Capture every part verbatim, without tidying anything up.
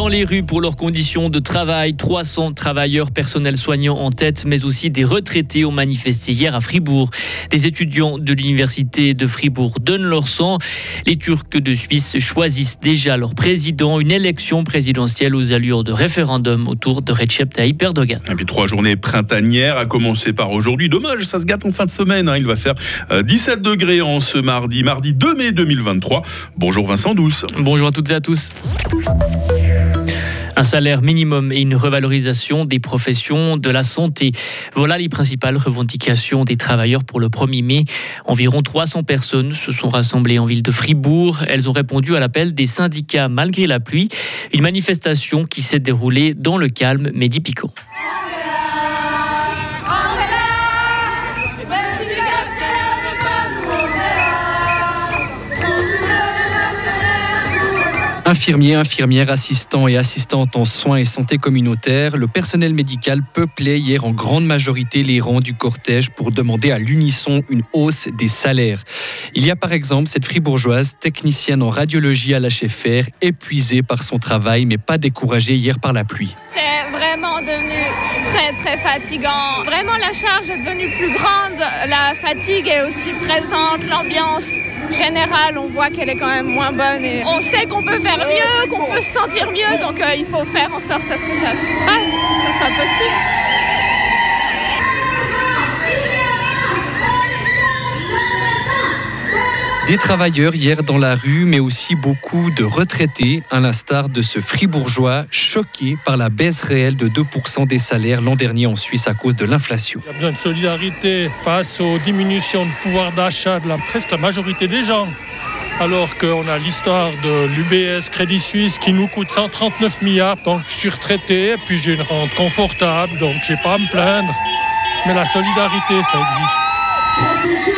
Dans les rues pour leurs conditions de travail, trois cents travailleurs personnels soignants en tête, mais aussi des retraités ont manifesté hier à Fribourg. Des étudiants de l'université de Fribourg donnent leur sang. Les Turcs de Suisse choisissent déjà leur président. Une élection présidentielle aux allures de référendum autour de Recep Tayyip Erdogan. Et puis trois journées printanières, à commencer par aujourd'hui. Dommage, ça se gâte en fin de semaine. Hein. Il va faire dix-sept degrés en ce mardi, mardi deux mai deux mille vingt-trois. Bonjour Vincent Douce. Bonjour à toutes et à tous. Un salaire minimum et une revalorisation des professions de la santé. Voilà les principales revendications des travailleurs pour le premier mai. Environ trois cents personnes se sont rassemblées en ville de Fribourg. Elles ont répondu à l'appel des syndicats malgré la pluie. Une manifestation qui s'est déroulée dans le calme, mais dit piquant. Infirmiers, infirmières, assistants et assistantes en soins et santé communautaire, le personnel médical peuplait hier en grande majorité les rangs du cortège pour demander à l'unisson une hausse des salaires. Il y a par exemple cette fribourgeoise, technicienne en radiologie à l'H F R, épuisée par son travail mais pas découragée hier par la pluie. C'est vraiment devenu très très fatigant. Vraiment la charge est devenue plus grande, la fatigue est aussi présente, l'ambiance générale, on voit qu'elle est quand même moins bonne et on sait qu'on peut faire mieux, qu'on peut se sentir mieux, donc euh, il faut faire en sorte à ce que ça se passe, que ça soit possible. Des travailleurs hier dans la rue, mais aussi beaucoup de retraités, à l'instar de ce fribourgeois choqué par la baisse réelle de deux pour cent des salaires l'an dernier en Suisse à cause de l'inflation. Il y a besoin de solidarité face aux diminutions de pouvoir d'achat de la, presque la majorité des gens. Alors qu'on a l'histoire de l'U B S Crédit Suisse qui nous coûte cent trente-neuf milliards. Donc je suis retraité et puis j'ai une rente confortable, donc je n'ai pas à me plaindre. Mais la solidarité, ça existe.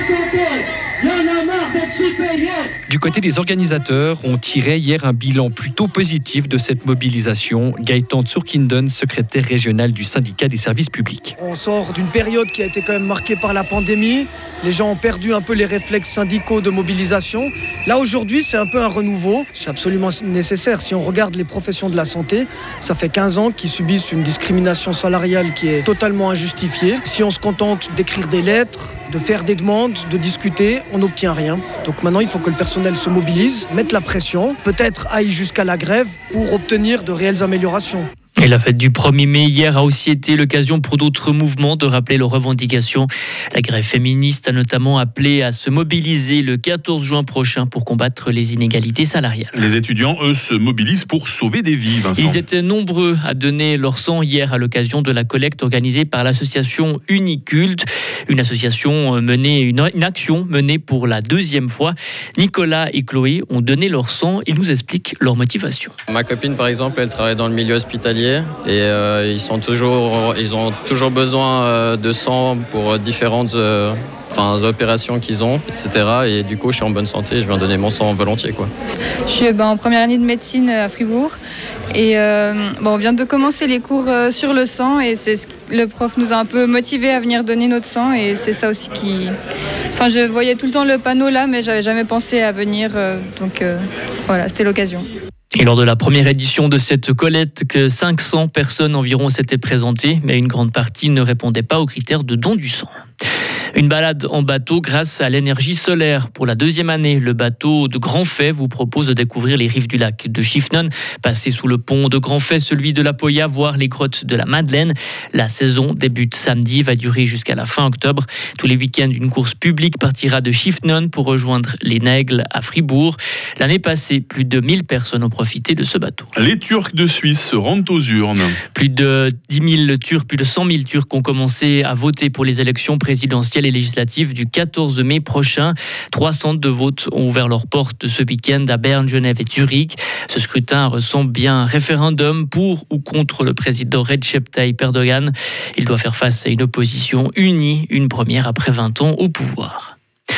Du côté des organisateurs, on tirait hier un bilan plutôt positif de cette mobilisation. Gaëtan Tsurkinden, secrétaire régional du syndicat des services publics. On sort d'une période qui a été quand même marquée par la pandémie. Les gens ont perdu un peu les réflexes syndicaux de mobilisation. Là, aujourd'hui, c'est un peu un renouveau. C'est absolument nécessaire. Si on regarde les professions de la santé, ça fait quinze ans qu'ils subissent une discrimination salariale qui est totalement injustifiée. Si on se contente d'écrire des lettres, de faire des demandes, de discuter, on n'obtient rien. Donc maintenant, il faut que le personnel se mobilise, mette la pression, peut-être aille jusqu'à la grève pour obtenir de réelles améliorations. Et la fête du premier mai hier a aussi été l'occasion pour d'autres mouvements de rappeler leurs revendications. La grève féministe a notamment appelé à se mobiliser le quatorze juin prochain pour combattre les inégalités salariales. Les étudiants, eux, se mobilisent pour sauver des vies, Vincent. Ils étaient nombreux à donner leur sang hier à l'occasion de la collecte organisée par l'association Uniculte, une association menée, une, une action menée pour la deuxième fois. Nicolas et Chloé ont donné leur sang. Ils nous expliquent leur motivation. Ma copine, par exemple, elle travaille dans le milieu hospitalier. Et euh, ils, sont toujours, ils ont toujours besoin euh, de sang pour différentes euh, enfin, opérations qu'ils ont, et cetera. Et du coup, je suis en bonne santé, je viens donner mon sang volontiers, quoi. Je suis ben, en première année de médecine à Fribourg. Et euh, bon, on vient de commencer les cours euh, sur le sang et c'est ce, le prof nous a un peu motivés à venir donner notre sang et c'est ça aussi qui... Enfin, je voyais tout le temps le panneau là, mais j'avais jamais pensé à venir, euh, donc euh, voilà, c'était l'occasion. Et lors de la première édition de cette collecte, que cinq cents personnes environ s'étaient présentées, mais une grande partie ne répondait pas aux critères de don du sang. Une balade en bateau grâce à l'énergie solaire. Pour la deuxième année, le bateau de Grand-Fait vous propose de découvrir les rives du lac de Schiffnon, passer sous le pont de Grand-Fait, celui de la Poya, voir les grottes de la Madeleine. La saison débute samedi, va durer jusqu'à la fin octobre. Tous les week-ends, une course publique partira de Schiffnon pour rejoindre les Naigles à Fribourg. L'année passée, plus de mille personnes ont profité de ce bateau. Les Turcs de Suisse se rendent aux urnes. Plus de dix mille Turcs, plus de cent mille Turcs ont commencé à voter pour les élections présidentielles et législatives du quatorze mai prochain. trois centres de vote ont ouvert leurs portes ce week-end à Berne, Genève et Zurich. Ce scrutin ressemble bien à un référendum pour ou contre le président Recep Tayyip Erdogan. Il doit faire face à une opposition unie, une première après vingt ans au pouvoir.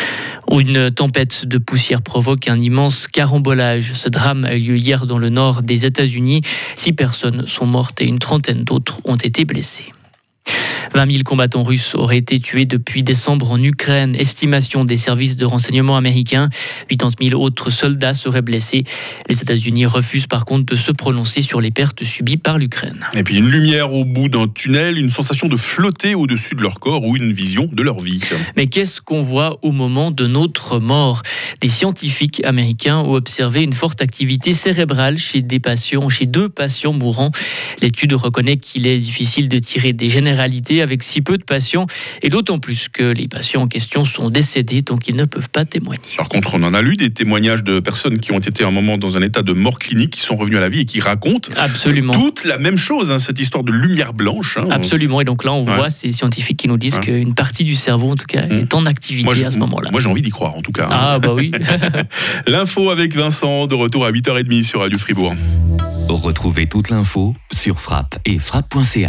Une tempête de poussière provoque un immense carambolage. Ce drame a eu lieu hier dans le nord des États-Unis. Six personnes sont mortes et une trentaine d'autres ont été blessées. vingt mille combattants russes auraient été tués depuis décembre en Ukraine. Estimation des services de renseignement américains. quatre-vingt-dix mille autres soldats seraient blessés. Les États-Unis refusent par contre de se prononcer sur les pertes subies par l'Ukraine. Et puis une lumière au bout d'un tunnel, une sensation de flotter au-dessus de leur corps ou une vision de leur vie. Mais qu'est-ce qu'on voit au moment de notre mort ? Des scientifiques américains ont observé une forte activité cérébrale chez des patients, chez deux patients mourants. L'étude reconnaît qu'il est difficile de tirer des généralités avec si peu de patients, et d'autant plus que les patients en question sont décédés, donc ils ne peuvent pas témoigner. Par contre, on en a lu des témoignages de personnes qui ont été à un moment dans un état de mort clinique, qui sont revenus à la vie et qui racontent Absolument. toute la même chose, hein, cette histoire de lumière blanche. Hein. Absolument, et donc là on Ouais. voit ces scientifiques qui nous disent Ouais. qu'une partie du cerveau en tout cas Mmh. est en activité Moi, je- à ce moment-là. Moi j'ai envie d'y croire en tout cas. Ah bah oui. L'info avec Vincent, de retour à huit heures trente sur Radio Fribourg. Retrouvez toute l'info sur Frappe et frappe point c h.